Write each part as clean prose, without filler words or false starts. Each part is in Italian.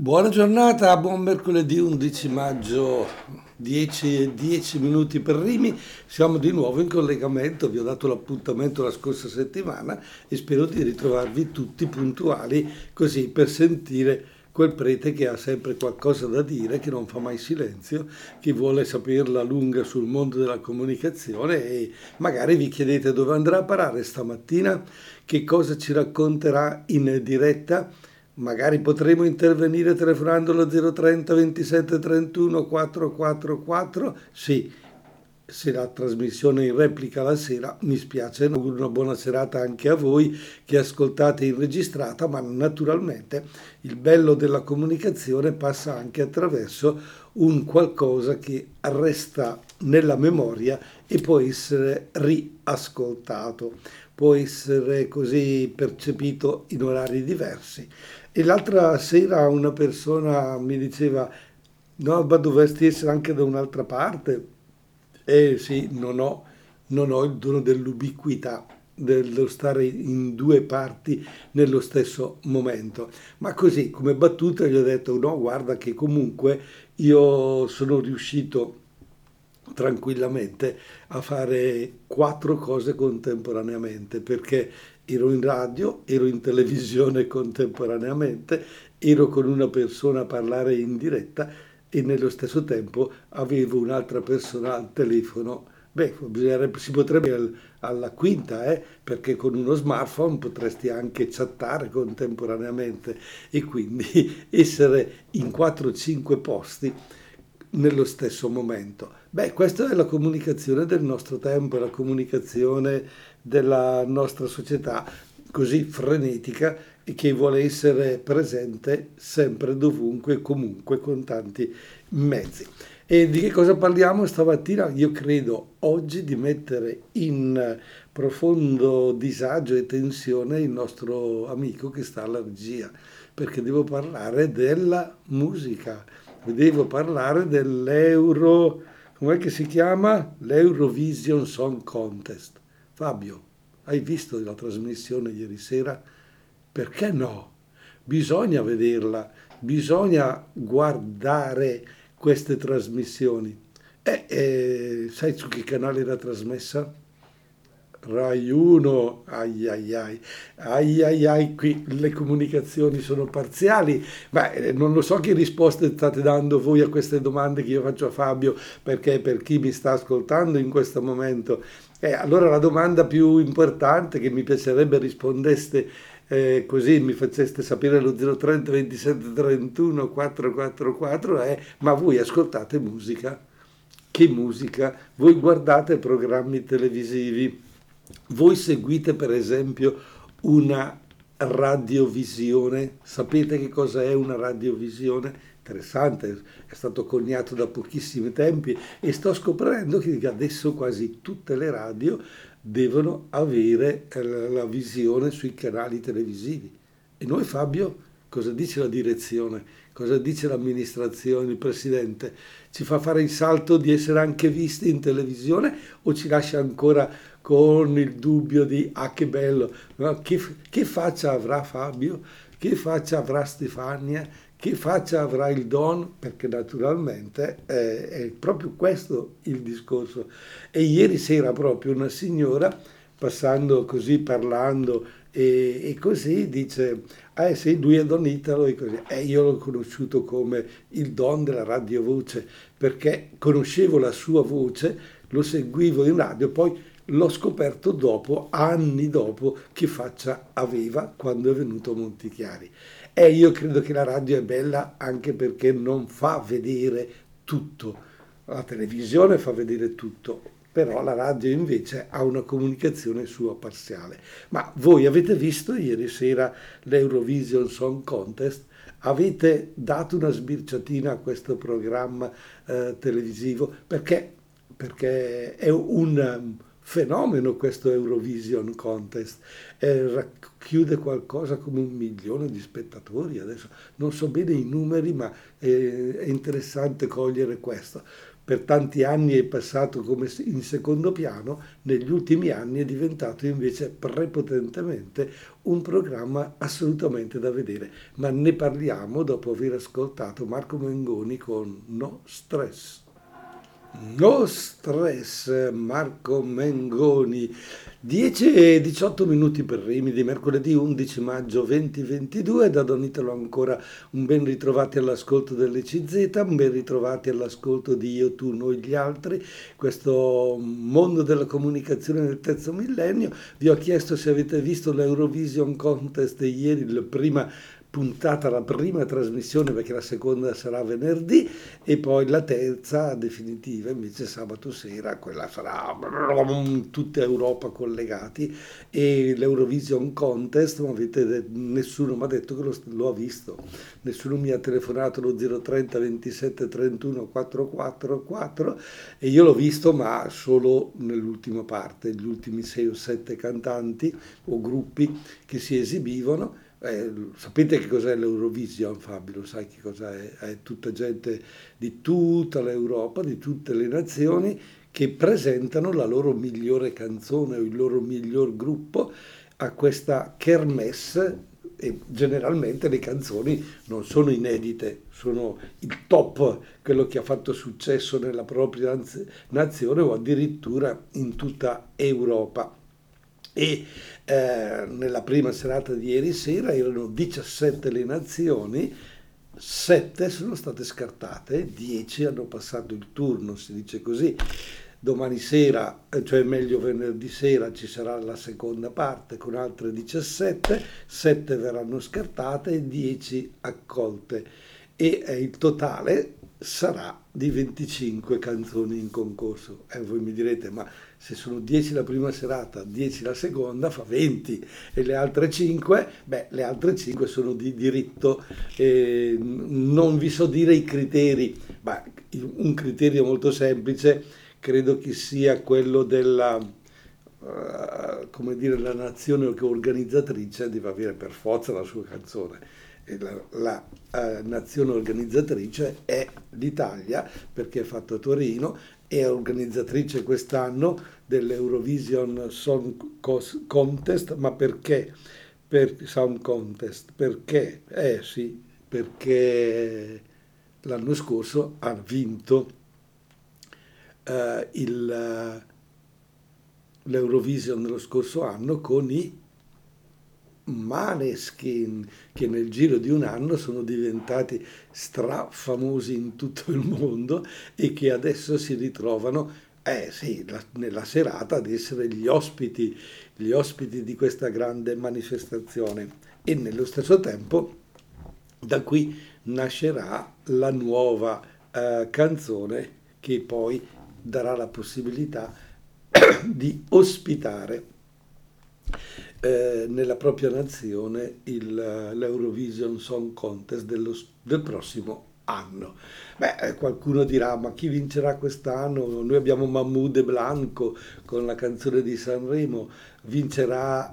Buona giornata, buon mercoledì 11 maggio, 10 e 10 minuti per Rimi. Siamo di nuovo in collegamento, vi ho dato l'appuntamento la scorsa settimana e spero di ritrovarvi tutti puntuali così per sentire quel prete che ha sempre qualcosa da dire, che non fa mai silenzio, che vuole saperla lunga sul mondo della comunicazione e magari vi chiedete dove andrà a parare stamattina, che cosa ci racconterà in diretta. Magari potremo intervenire telefonando allo 030 27 31 444. Sì, se la trasmissione in replica la sera, mi spiace, auguro una buona serata anche a voi che ascoltate in registrata, ma naturalmente il bello della comunicazione passa anche attraverso un qualcosa che resta nella memoria e può essere riascoltato, può essere così percepito in orari diversi. E l'altra sera una persona mi diceva, no, ma dovresti essere anche da un'altra parte. Eh sì, non ho il dono dell'ubiquità, dello stare in due parti nello stesso momento. Ma così, come battuta, gli ho detto, no, guarda che comunque io sono riuscito tranquillamente a fare quattro cose contemporaneamente, perché ero in radio, ero in televisione contemporaneamente, ero con una persona a parlare in diretta e nello stesso tempo avevo un'altra persona al telefono. Beh, si potrebbe alla quinta, perché con uno smartphone potresti anche chattare contemporaneamente e quindi essere in 4-5 posti nello stesso momento. Beh, questa è la comunicazione del nostro tempo, la comunicazione della nostra società così frenetica e che vuole essere presente sempre, dovunque e comunque con tanti mezzi. E di che cosa parliamo stamattina? Io credo oggi di mettere in profondo disagio e tensione il nostro amico che sta alla regia, perché devo parlare della musica, devo parlare dell'Euro, com'è che si chiama? L'Eurovision Song Contest. Fabio, hai visto la trasmissione ieri sera? Perché no? Bisogna vederla, bisogna guardare queste trasmissioni. Sai su che canale era trasmessa? Rai 1, ai ai ai, qui le comunicazioni sono parziali, ma non lo so che risposte state dando voi a queste domande che io faccio a Fabio, perché per chi mi sta ascoltando in questo momento. Allora la domanda più importante che mi piacerebbe rispondeste così mi faceste sapere lo 030 27 31 444 è: ma voi ascoltate musica? Che musica? Voi guardate programmi televisivi? Voi seguite per esempio una radiovisione? Sapete che cosa è una radiovisione? Interessante, è stato coniato da pochissimi tempi e sto scoprendo che adesso quasi tutte le radio devono avere la visione sui canali televisivi. E noi, Fabio, cosa dice la direzione? Cosa dice l'amministrazione, il presidente? Ci fa fare il salto di essere anche visti in televisione o ci lascia ancora con il dubbio di ah che bello, no? Che faccia avrà Fabio? Che faccia avrà Stefania? Che faccia avrà il Don? Perché naturalmente è proprio questo il discorso. E ieri sera proprio una signora, passando così, parlando e così, dice, eh sì, lui è Don Italo e così. E io l'ho conosciuto come il Don della radiovoce, perché conoscevo la sua voce, lo seguivo in radio, poi l'ho scoperto dopo, anni dopo, che faccia aveva quando è venuto a Montichiari. E io credo che la radio è bella anche perché non fa vedere tutto. La televisione fa vedere tutto, però la radio invece ha una comunicazione sua parziale. Ma voi avete visto ieri sera l'Eurovision Song Contest? Avete dato una sbirciatina a questo programma televisivo? Perché è un fenomeno questo Eurovision Contest, racchiude qualcosa come 1 milione di spettatori, adesso non so bene i numeri, ma è interessante cogliere questo. per tanti anni è passato come in secondo piano, negli ultimi anni è diventato invece prepotentemente un programma assolutamente da vedere. Ma ne parliamo dopo aver ascoltato Marco Mengoni con No Stress. No stress, Marco Mengoni. 10 e 18 minuti per Rimini, di mercoledì 11 maggio 2022. Da Don Italo ancora un ben ritrovati all'ascolto dell'ECZ, un ben ritrovati all'ascolto di Io, Tu, Noi, Gli Altri, questo mondo della comunicazione del terzo millennio. Vi ho chiesto se avete visto l'Eurovision Contest di ieri, la prima puntata, la prima trasmissione, perché la seconda sarà venerdì, e poi la terza definitiva invece sabato sera, quella sarà tutta Europa collegati, e l'Eurovision Contest, ma nessuno mi ha detto che lo ha visto, nessuno mi ha telefonato lo 030 27 31 444, e io l'ho visto ma solo nell'ultima parte, gli ultimi 6 o 7 cantanti o gruppi che si esibivano. Sapete che cos'è l'Eurovision, Fabio? Lo sai che cos'è? È tutta gente di tutta l'Europa, di tutte le nazioni, che presentano la loro migliore canzone o il loro miglior gruppo a questa kermesse, e generalmente le canzoni non sono inedite, sono il top, quello che ha fatto successo nella propria nazione o addirittura in tutta Europa. E nella prima serata di ieri sera erano 17 le nazioni, 7 sono state scartate, 10 hanno passato il turno, si dice così. Domani sera, cioè meglio venerdì sera, ci sarà la seconda parte con altre 17, 7 verranno scartate e 10 accolte. E il totale sarà di 25 canzoni in concorso. E voi mi direte, ma se sono 10 la prima serata, 10 la seconda, fa 20, e le altre 5? Beh, le altre 5 sono di diritto. Non vi so dire i criteri, ma un criterio molto semplice credo che sia quello della, come dire, la nazione organizzatrice deve avere per forza la sua canzone. E la nazione organizzatrice è l'Italia, perché è fatto a Torino, è organizzatrice quest'anno dell'Eurovision Song Contest. Ma perché? Sound Contest, perché? Sì, perché l'anno scorso ha vinto l'Eurovision dello scorso anno con i Maneskin, che nel giro di un anno sono diventati strafamosi in tutto il mondo e che adesso si ritrovano, sì, nella serata ad essere gli ospiti di questa grande manifestazione. E nello stesso tempo da qui nascerà la nuova canzone che poi darà la possibilità di ospitare nella propria nazione l'Eurovision Song Contest del prossimo anno. Beh, qualcuno dirà, ma chi vincerà quest'anno? Noi abbiamo Mahmoud e Blanco con la canzone di Sanremo, vincerà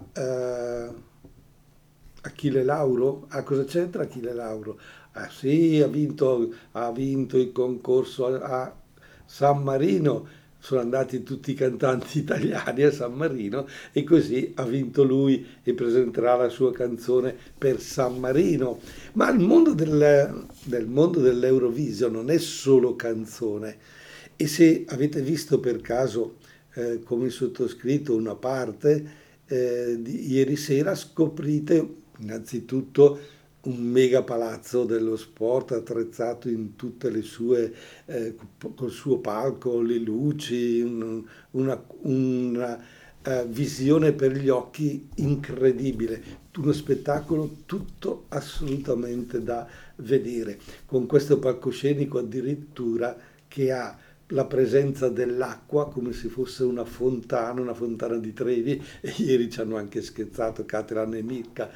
Achille Lauro? Ah, cosa c'entra Achille Lauro? Ah sì, ha vinto il concorso a San Marino, sono andati tutti i cantanti italiani a San Marino e così ha vinto lui e presenterà la sua canzone per San Marino. Ma del mondo dell'Eurovision non è solo canzone. E se avete visto per caso, come sottoscritto, una parte di ieri sera, scoprite innanzitutto un mega palazzo dello sport attrezzato in tutte le sue, col suo palco, le luci, una visione per gli occhi incredibile, uno spettacolo tutto assolutamente da vedere, con questo palcoscenico addirittura che ha la presenza dell'acqua come se fosse una fontana di Trevi, e ieri ci hanno anche scherzato Cateran e Mica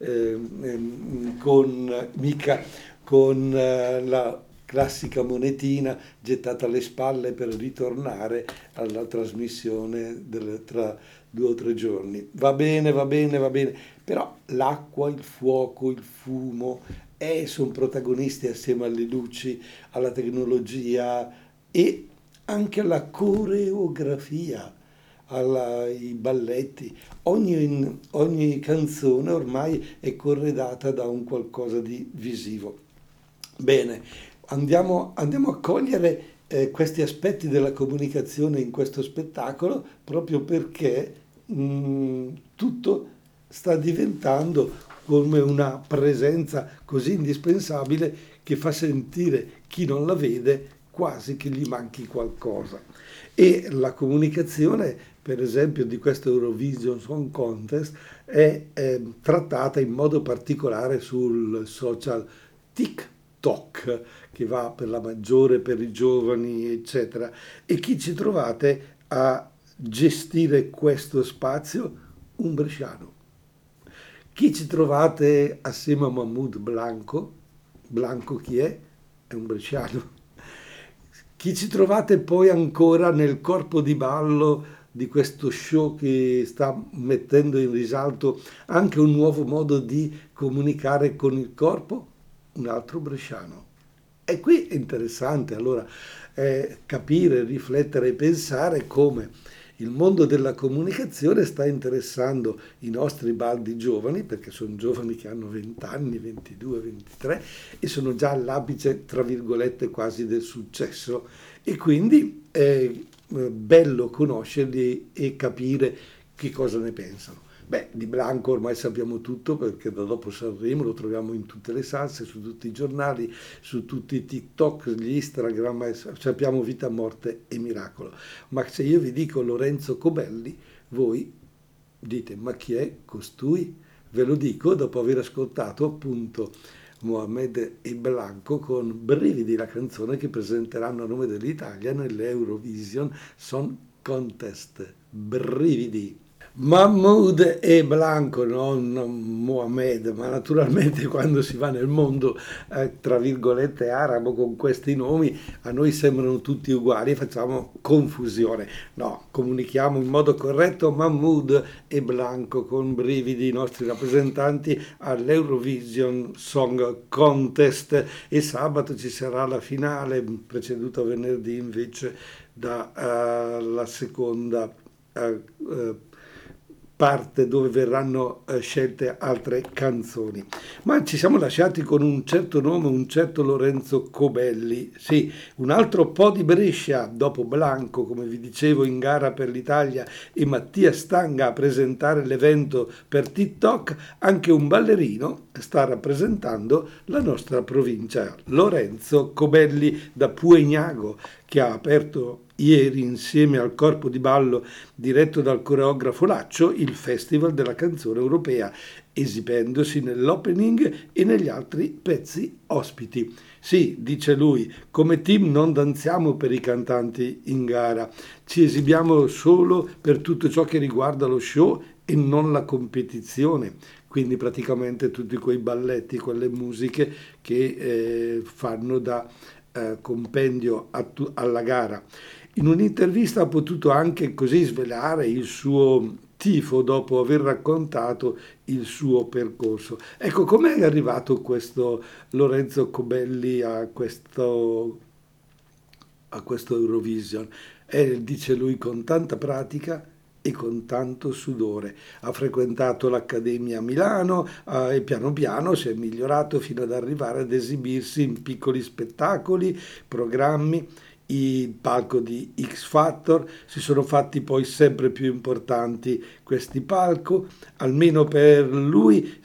con la classica monetina gettata alle spalle per ritornare alla trasmissione tra 2 o 3 giorni. Va bene, va bene, va bene, però l'acqua, il fuoco, il fumo sono protagonisti assieme alle luci, alla tecnologia, e anche alla coreografia, ai balletti. Ogni canzone ormai è corredata da un qualcosa di visivo. Bene, andiamo a cogliere questi aspetti della comunicazione in questo spettacolo proprio perché tutto sta diventando come una presenza così indispensabile che fa sentire chi non la vede quasi che gli manchi qualcosa. E la comunicazione, per esempio, di questo Eurovision Song Contest è trattata in modo particolare sul social TikTok, che va per la maggiore, per i giovani, eccetera. E chi ci trovate a gestire questo spazio? Un bresciano. Chi ci trovate assieme a Mahmood Blanco? Blanco chi è? È un bresciano. Chi ci trovate poi ancora nel corpo di ballo di questo show che sta mettendo in risalto anche un nuovo modo di comunicare con il corpo? Un altro bresciano. E qui è interessante allora capire, riflettere e pensare come il mondo della comunicazione sta interessando i nostri baldi giovani, perché sono giovani che hanno 20 anni, 22, 23 e sono già all'apice, tra virgolette, quasi del successo. E quindi è bello conoscerli e capire che cosa ne pensano. Beh, di Blanco ormai sappiamo tutto perché da dopo Sanremo lo troviamo in tutte le salse, su tutti i giornali, su tutti i TikTok, gli Instagram, sappiamo vita, morte e miracolo. Ma se io vi dico Lorenzo Cobelli, voi dite ma chi è costui? Ve lo dico dopo aver ascoltato appunto Mohamed e Blanco con Brividi, la canzone che presenteranno a nome dell'Italia nell'Eurovision Song Contest. Brividi. Mahmood e Blanco, non Mohamed, ma naturalmente quando si va nel mondo, tra virgolette, arabo con questi nomi, a noi sembrano tutti uguali e facciamo confusione. No, comunichiamo in modo corretto Mahmood e Blanco con Brividi, i nostri rappresentanti all'Eurovision Song Contest e sabato ci sarà la finale, preceduta venerdì invece dalla seconda parte dove verranno scelte altre canzoni. Ma ci siamo lasciati con un certo nome, un certo Lorenzo Cobelli. Sì, un altro po' di Brescia, dopo Blanco, come vi dicevo, in gara per l'Italia e Mattia Stanga a presentare l'evento per TikTok, anche un ballerino sta rappresentando la nostra provincia, Lorenzo Cobelli da Puegnago, che ha aperto ieri insieme al corpo di ballo diretto dal coreografo Laccio il Festival della canzone europea, esibendosi nell'opening e negli altri pezzi ospiti. Sì, dice lui, come team non danziamo per i cantanti in gara, ci esibiamo solo per tutto ciò che riguarda lo show e non la competizione. Quindi praticamente tutti quei balletti, quelle musiche che fanno da compendio alla gara. In un'intervista ha potuto anche così svelare il suo tifo dopo aver raccontato il suo percorso. Ecco, com'è arrivato questo Lorenzo Cobelli a questo Eurovision? Dice lui, con tanta pratica e con tanto sudore. Ha frequentato l'Accademia a Milano e piano piano si è migliorato fino ad arrivare ad esibirsi in piccoli spettacoli, programmi. Il palco di X Factor si sono fatti poi sempre più importanti questi palco, almeno per lui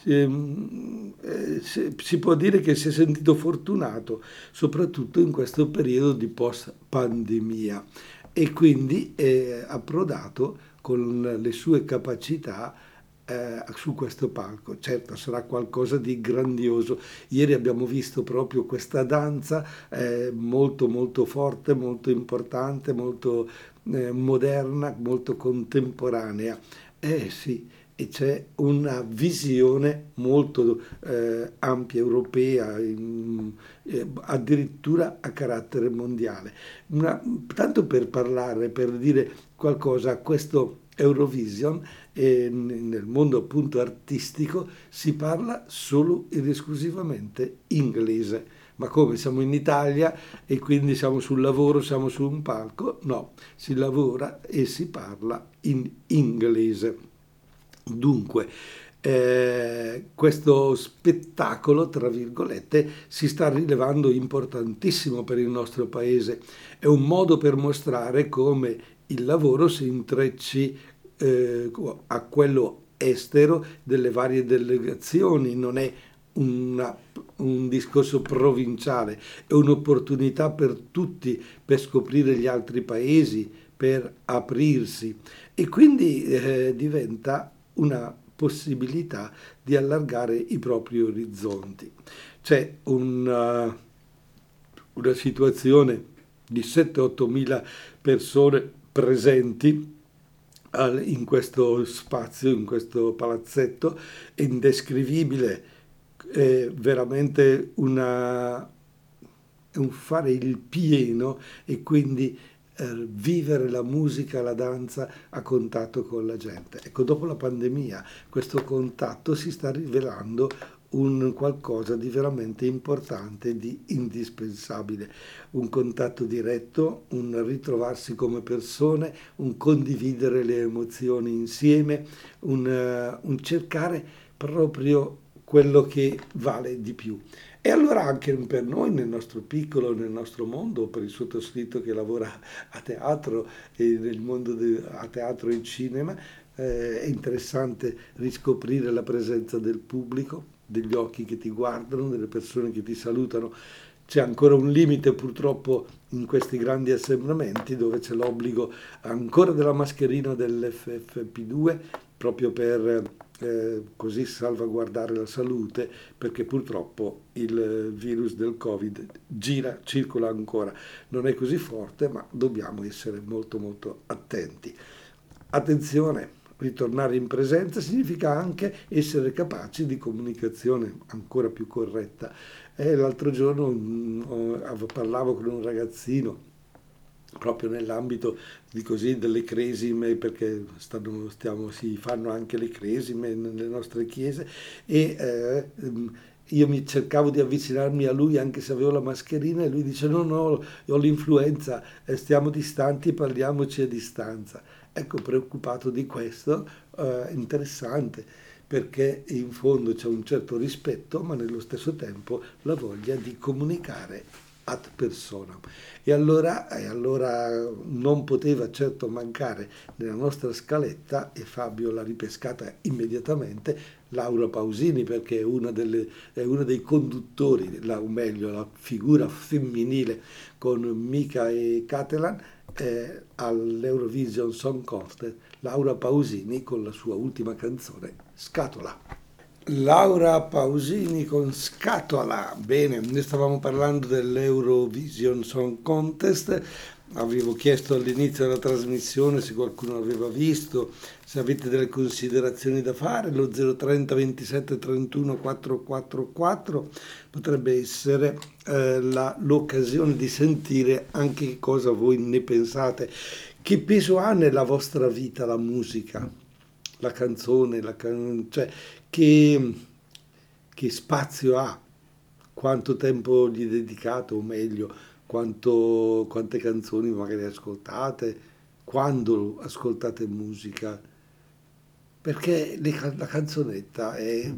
si può dire che si è sentito fortunato, soprattutto in questo periodo di post pandemia e quindi è approdato con le sue capacità su questo palco. Certo, sarà qualcosa di grandioso. Ieri abbiamo visto proprio questa danza molto molto forte, molto importante, molto moderna, molto contemporanea. Sì, e c'è una visione molto ampia europea, addirittura a carattere mondiale. Tanto per parlare, per dire qualcosa, questo Eurovision nel mondo appunto artistico si parla solo ed esclusivamente inglese, Ma come, siamo in Italia e quindi siamo sul lavoro, siamo su un palco? No, si lavora e si parla in inglese. Dunque, questo spettacolo, tra virgolette, si sta rilevando importantissimo per il nostro paese. È un modo per mostrare come il lavoro si intrecci a quello estero delle varie delegazioni, non è una- un discorso provinciale, è un'opportunità per tutti per scoprire gli altri paesi, per aprirsi e quindi diventa una possibilità di allargare i propri orizzonti. C'è una situazione di 7-8 mila persone presenti in questo spazio, in questo palazzetto, è indescrivibile, è veramente è un fare il pieno e quindi vivere la musica, la danza a contatto con la gente. Ecco, dopo la pandemia questo contatto si sta rivelando un qualcosa di veramente importante, di indispensabile, un contatto diretto, un ritrovarsi come persone, un condividere le emozioni insieme, un cercare proprio quello che vale di più. E allora anche per noi, nel nostro piccolo, nel nostro mondo, per il sottoscritto che lavora a teatro e nel mondo a teatro e cinema, è interessante riscoprire la presenza del pubblico, degli occhi che ti guardano, delle persone che ti salutano. C'è ancora un limite purtroppo in questi grandi assembramenti dove c'è l'obbligo ancora della mascherina dell'FFP2 proprio per così salvaguardare la salute, perché purtroppo il virus del Covid circola ancora. Non è così forte, ma dobbiamo essere molto molto attenti. Attenzione, ritornare in presenza significa anche essere capaci di comunicazione ancora più corretta. L'altro giorno parlavo con un ragazzino proprio nell'ambito di così delle cresime, perché si fanno anche le cresime nelle nostre chiese e io mi cercavo di avvicinarmi a lui anche se avevo la mascherina e lui dice no, no, ho l'influenza, stiamo distanti, parliamoci a distanza. Ecco, preoccupato di questo, interessante, perché in fondo c'è un certo rispetto, ma nello stesso tempo la voglia di comunicare ad persona. E allora non poteva certo mancare nella nostra scaletta, e Fabio l'ha ripescata immediatamente, Laura Pausini, perché è una dei conduttori, o meglio, la figura femminile con Mika e Catalan all'Eurovision Song Contest, Laura Pausini con la sua ultima canzone, Scatola. Laura Pausini con Scatola. Bene, noi stavamo parlando dell'Eurovision Song Contest. Avevo chiesto all'inizio della trasmissione se qualcuno l'aveva visto, se avete delle considerazioni da fare. Lo 030 27 31 444 potrebbe essere l'occasione di sentire anche che cosa voi ne pensate. Che peso ha nella vostra vita la musica, la canzone, cioè che spazio ha, quanto tempo gli dedicate, o meglio, quante canzoni magari ascoltate, quando ascoltate musica, perché la canzonetta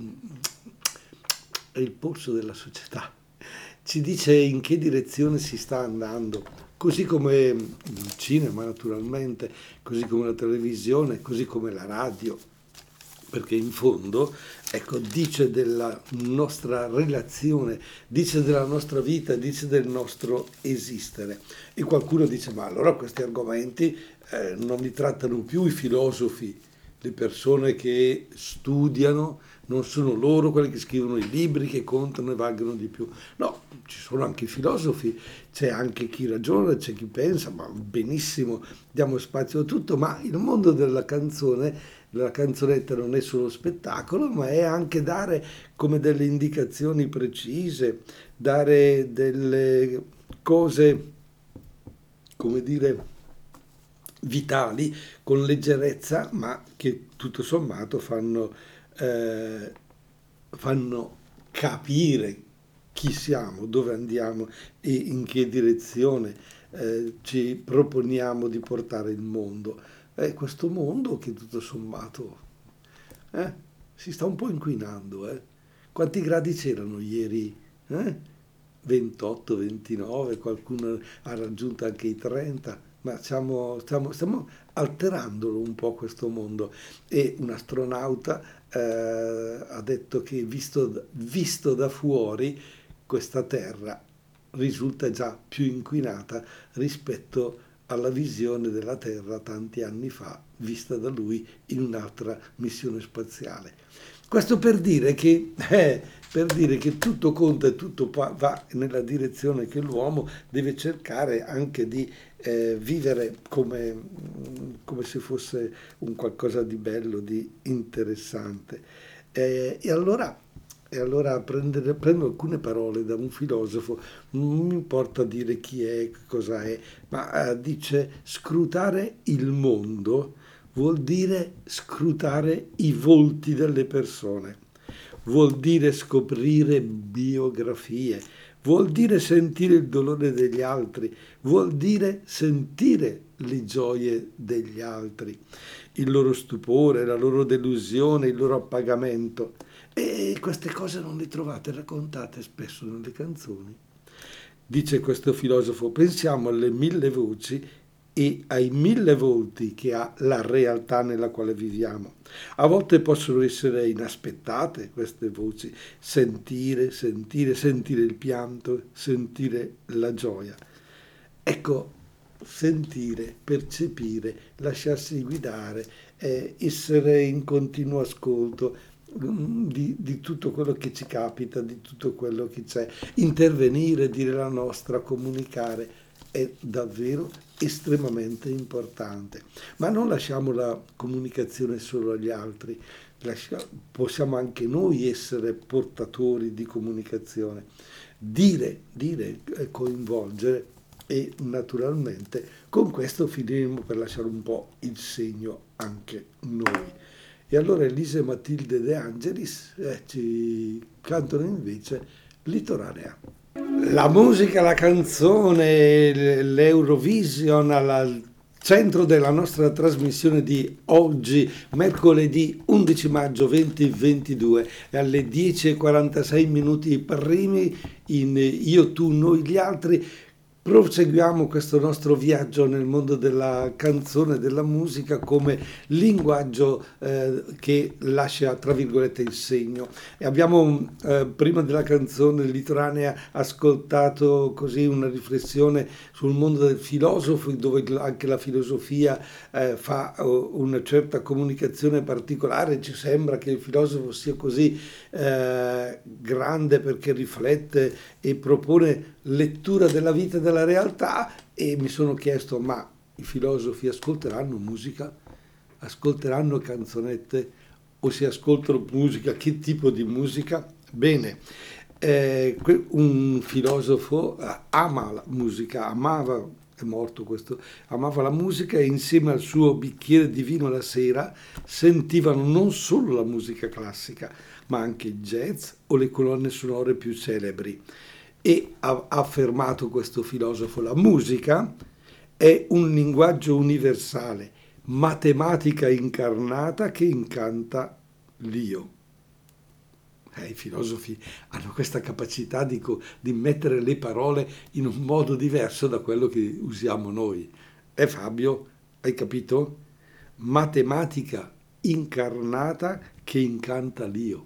è il polso della società, ci dice in che direzione si sta andando, così come il cinema naturalmente, così come la televisione, così come la radio, perché in fondo, ecco, dice della nostra relazione, dice della nostra vita, dice del nostro esistere. E qualcuno dice, ma allora questi argomenti non li trattano più i filosofi, le persone che studiano, non sono loro quelli che scrivono i libri, che contano e valgono di più. No, ci sono anche i filosofi, c'è anche chi ragiona, c'è chi pensa, ma benissimo, diamo spazio a tutto, ma il mondo della canzone, la canzonetta non è solo spettacolo, ma è anche dare come delle indicazioni precise, dare delle cose, come dire, vitali, con leggerezza, ma che tutto sommato fanno capire chi siamo, dove andiamo e in che direzione ci proponiamo di portare il mondo. Questo mondo che tutto sommato eh, si sta un po' inquinando. Quanti gradi c'erano ieri? 28, 29, qualcuno ha raggiunto anche i 30, ma stiamo alterandolo un po' questo mondo. E un astronauta ha detto che visto da fuori questa Terra risulta già più inquinata rispetto alla visione della Terra tanti anni fa, vista da lui in un'altra missione spaziale. Questo per dire che tutto conta e tutto va nella direzione che l'uomo deve cercare anche di vivere come se fosse un qualcosa di bello, di interessante. E allora prendo alcune parole da un filosofo, non mi importa dire chi è, cosa è, ma dice scrutare il mondo vuol dire scrutare i volti delle persone, vuol dire scoprire biografie, vuol dire sentire il dolore degli altri, vuol dire sentire le gioie degli altri, il loro stupore, la loro delusione, il loro appagamento. E queste cose non le trovate raccontate spesso nelle canzoni. Dice questo filosofo, pensiamo alle 1000 voci e ai 1000 volti che ha la realtà nella quale viviamo. A volte possono essere inaspettate queste voci, sentire il pianto, sentire la gioia. Ecco, sentire, percepire, lasciarsi guidare, essere in continuo ascolto di tutto quello che ci capita, di tutto quello che c'è, intervenire, dire la nostra, comunicare, è davvero estremamente importante. Ma non lasciamo la comunicazione solo agli altri, possiamo anche noi essere portatori di comunicazione, dire, coinvolgere e naturalmente con questo finiremo per lasciare un po' il segno anche noi. E allora Elisa e Matilde De Angelis ci cantano invece Litoranea. La musica, la canzone, l'Eurovision al centro della nostra trasmissione di oggi, mercoledì 11 maggio 2022, alle 10:46 minuti primi in Io, tu, noi, gli altri. Proseguiamo questo nostro viaggio nel mondo della canzone, della musica come linguaggio che lascia tra virgolette il segno. E abbiamo prima della canzone Litoranea ascoltato così una riflessione sul mondo del filosofo, dove anche la filosofia fa una certa comunicazione particolare. Ci sembra che il filosofo sia così grande perché riflette e propone lettura della vita e della realtà, e mi sono chiesto, ma i filosofi ascolteranno musica? Ascolteranno canzonette? O se ascoltano musica, che tipo di musica? Bene, un filosofo ama la musica, amava, è morto questo, amava la musica, e insieme al suo bicchiere di vino la sera sentivano non solo la musica classica, ma anche il jazz o le colonne sonore più celebri. E ha affermato questo filosofo, la musica è un linguaggio universale, matematica incarnata che incanta l'io. I filosofi hanno questa capacità di mettere le parole in un modo diverso da quello che usiamo noi. Fabio, hai capito? Matematica incarnata che incanta l'io.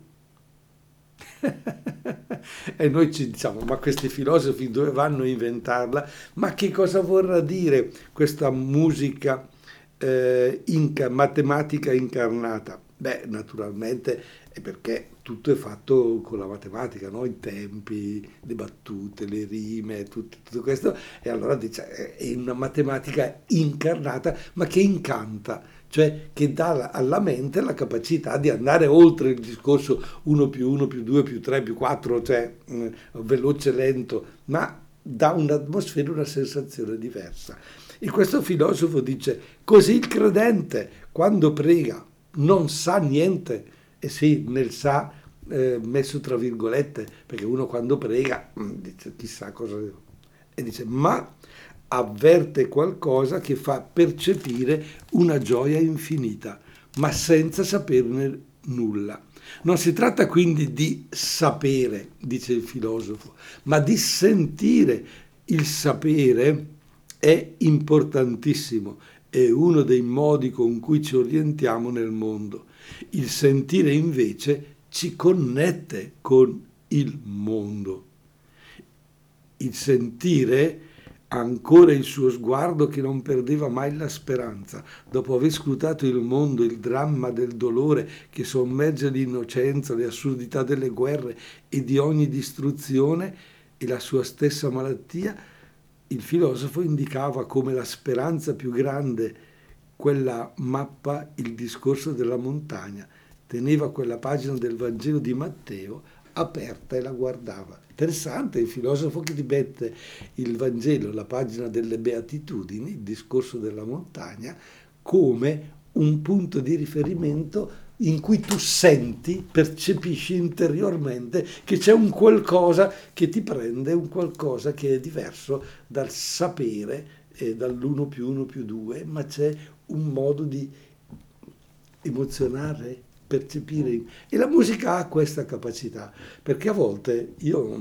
E noi ci diciamo, ma questi filosofi dove vanno a inventarla? Ma che cosa vorrà dire questa musica matematica incarnata? Beh, naturalmente è perché tutto è fatto con la matematica, no? I tempi, le battute, le rime, tutto questo. E allora dice, è una matematica incarnata, ma che incanta, cioè che dà alla mente la capacità di andare oltre il discorso 1 più 1 più 2 più 3 più 4, cioè veloce, lento, ma dà un'atmosfera, una sensazione diversa. E questo filosofo dice, così il credente, quando prega, non sa niente, e sì, nel sa messo tra virgolette, perché uno quando prega dice chissà cosa, e dice ma avverte qualcosa che fa percepire una gioia infinita, ma senza saperne nulla. Non si tratta quindi di sapere, dice il filosofo, ma di sentire. Il sapere è importantissimo, è uno dei modi con cui ci orientiamo nel mondo. Il sentire invece ci connette con il mondo. Il sentire ha ancora il suo sguardo che non perdeva mai la speranza. Dopo aver scrutato il mondo, il dramma del dolore che sommerge l'innocenza, le assurdità delle guerre e di ogni distruzione e la sua stessa malattia, il filosofo indicava come la speranza più grande quella mappa, il discorso della montagna. Teneva quella pagina del Vangelo di Matteo aperta e la guardava. Interessante il filosofo che ti mette il Vangelo, la pagina delle beatitudini, il discorso della montagna, come un punto di riferimento in cui tu senti, percepisci interiormente che c'è un qualcosa che ti prende, un qualcosa che è diverso dal sapere e dall'1 più 1 più 2, ma c'è un modo di emozionare, percepire. E la musica ha questa capacità, perché a volte io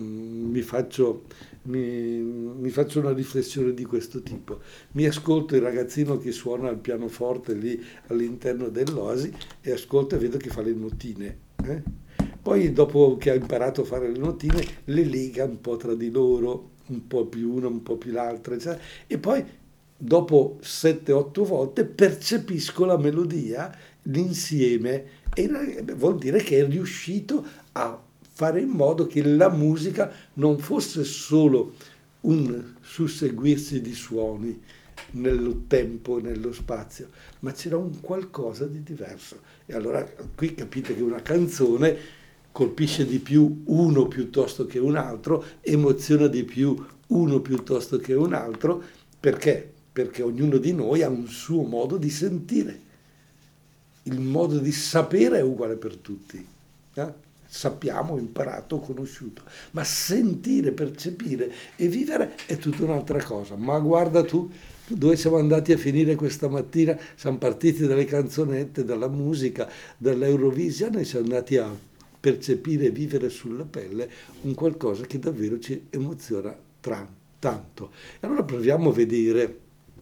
mi faccio una riflessione di questo tipo. Mi ascolto il ragazzino che suona il pianoforte lì all'interno dell'oasi e ascolto e vedo che fa le notine. Poi dopo che ha imparato a fare le notine, le lega un po' tra di loro, un po' più una, un po' più l'altra, eccetera. E poi dopo 7-8 volte percepisco la melodia, l'insieme, e vuol dire che è riuscito a fare in modo che la musica non fosse solo un susseguirsi di suoni nel tempo e nello spazio, ma c'era un qualcosa di diverso. E allora qui capite che una canzone colpisce di più uno piuttosto che un altro, emoziona di più uno piuttosto che un altro, perché? Perché ognuno di noi ha un suo modo di sentire. Il modo di sapere è uguale per tutti. Sappiamo, imparato, conosciuto, ma sentire, percepire e vivere è tutta un'altra cosa. Ma guarda tu, dove siamo andati a finire questa mattina? Siamo partiti dalle canzonette, dalla musica, dall'Eurovision e siamo andati a percepire e vivere sulla pelle un qualcosa che davvero ci emoziona tanto. E allora proviamo a vedere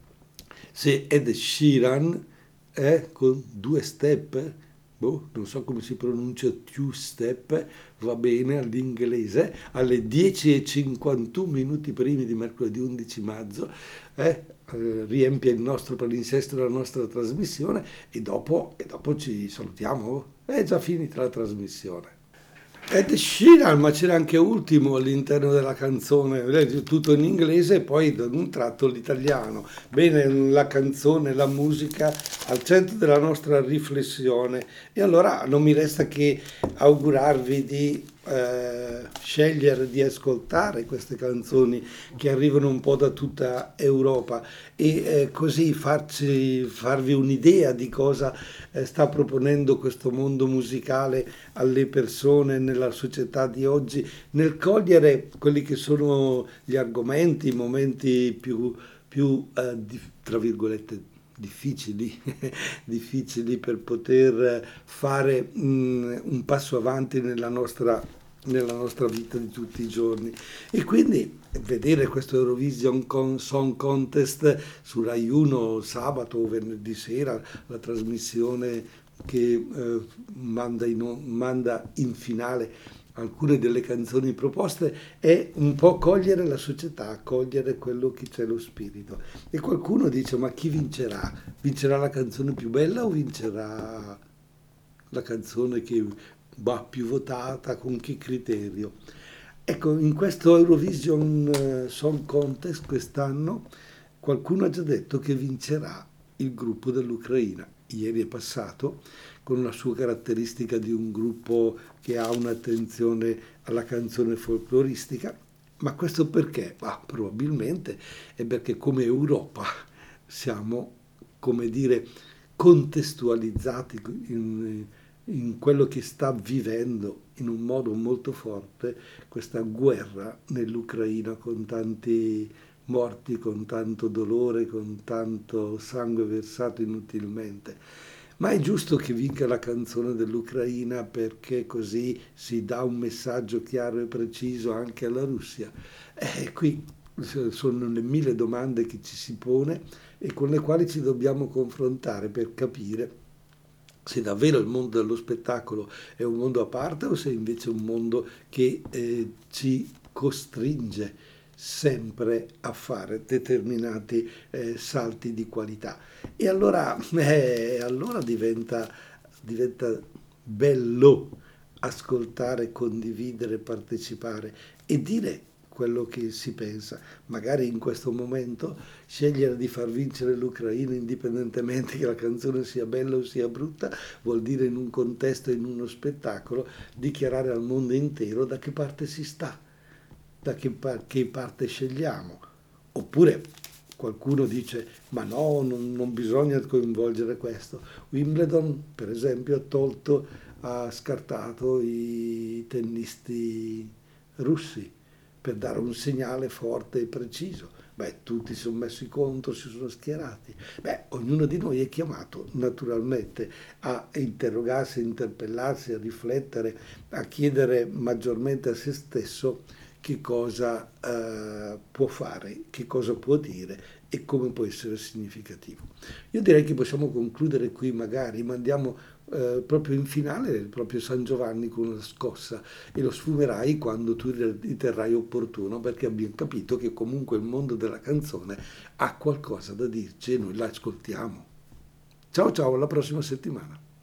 se Ed Sheeran è con 2 step, non so come si pronuncia, 2 step, va bene all'inglese, alle 10:51 minuti primi di mercoledì 11 maggio, riempie il nostro palinsesto della nostra trasmissione e dopo ci salutiamo. È già finita la trasmissione. Ed Sheeran, ma c'era anche Ultimo all'interno della canzone, tutto in inglese e poi da un tratto l'italiano. Bene, la canzone, la musica al centro della nostra riflessione. E allora non mi resta che augurarvi di scegliere di ascoltare queste canzoni che arrivano un po' da tutta Europa e così farvi un'idea di cosa sta proponendo questo mondo musicale alle persone nella società di oggi, nel cogliere quelli che sono gli argomenti, i momenti più tra virgolette, difficili, difficili per poter fare un passo avanti nella nostra vita di tutti i giorni. E quindi vedere questo Eurovision Song Contest su Rai 1 sabato o venerdì sera, la trasmissione che manda in finale alcune delle canzoni proposte, è un po' cogliere la società, cogliere quello che c'è lo spirito. E qualcuno dice: ma chi vincerà? Vincerà la canzone più bella o vincerà la canzone che va più votata? Con che criterio? Ecco, in questo Eurovision Song Contest quest'anno qualcuno ha già detto che vincerà il gruppo dell'Ucraina. Ieri è passato con la sua caratteristica di un gruppo che ha un'attenzione alla canzone folcloristica, ma questo perché? Probabilmente è perché come Europa siamo, come dire, contestualizzati in quello che sta vivendo in un modo molto forte questa guerra nell'Ucraina con tanti morti, con tanto dolore, con tanto sangue versato inutilmente. Ma è giusto che vinca la canzone dell'Ucraina perché così si dà un messaggio chiaro e preciso anche alla Russia. Qui sono le mille domande che ci si pone e con le quali ci dobbiamo confrontare per capire se davvero il mondo dello spettacolo è un mondo a parte o se invece è un mondo che ci costringe sempre a fare determinati salti di qualità. E allora diventa bello ascoltare, condividere, partecipare e dire quello che si pensa. Magari in questo momento scegliere di far vincere l'Ucraina indipendentemente che la canzone sia bella o sia brutta, vuol dire in un contesto, in uno spettacolo, dichiarare al mondo intero da che parte si sta, che parte scegliamo. Oppure qualcuno dice ma no, non bisogna coinvolgere questo. Wimbledon, per esempio, ha scartato i tennisti russi per dare un segnale forte e preciso. Beh, tutti si sono messi contro, si sono schierati. Beh, ognuno di noi è chiamato naturalmente a interrogarsi, a interpellarsi, a riflettere, a chiedere maggiormente a se stesso che cosa può fare, che cosa può dire e come può essere significativo. Io direi che possiamo concludere qui, magari mandiamo proprio in finale, proprio San Giovanni con una scossa e lo sfumerai quando tu riterrai opportuno, perché abbiamo capito che comunque il mondo della canzone ha qualcosa da dirci e noi la ascoltiamo. Ciao ciao, alla prossima settimana.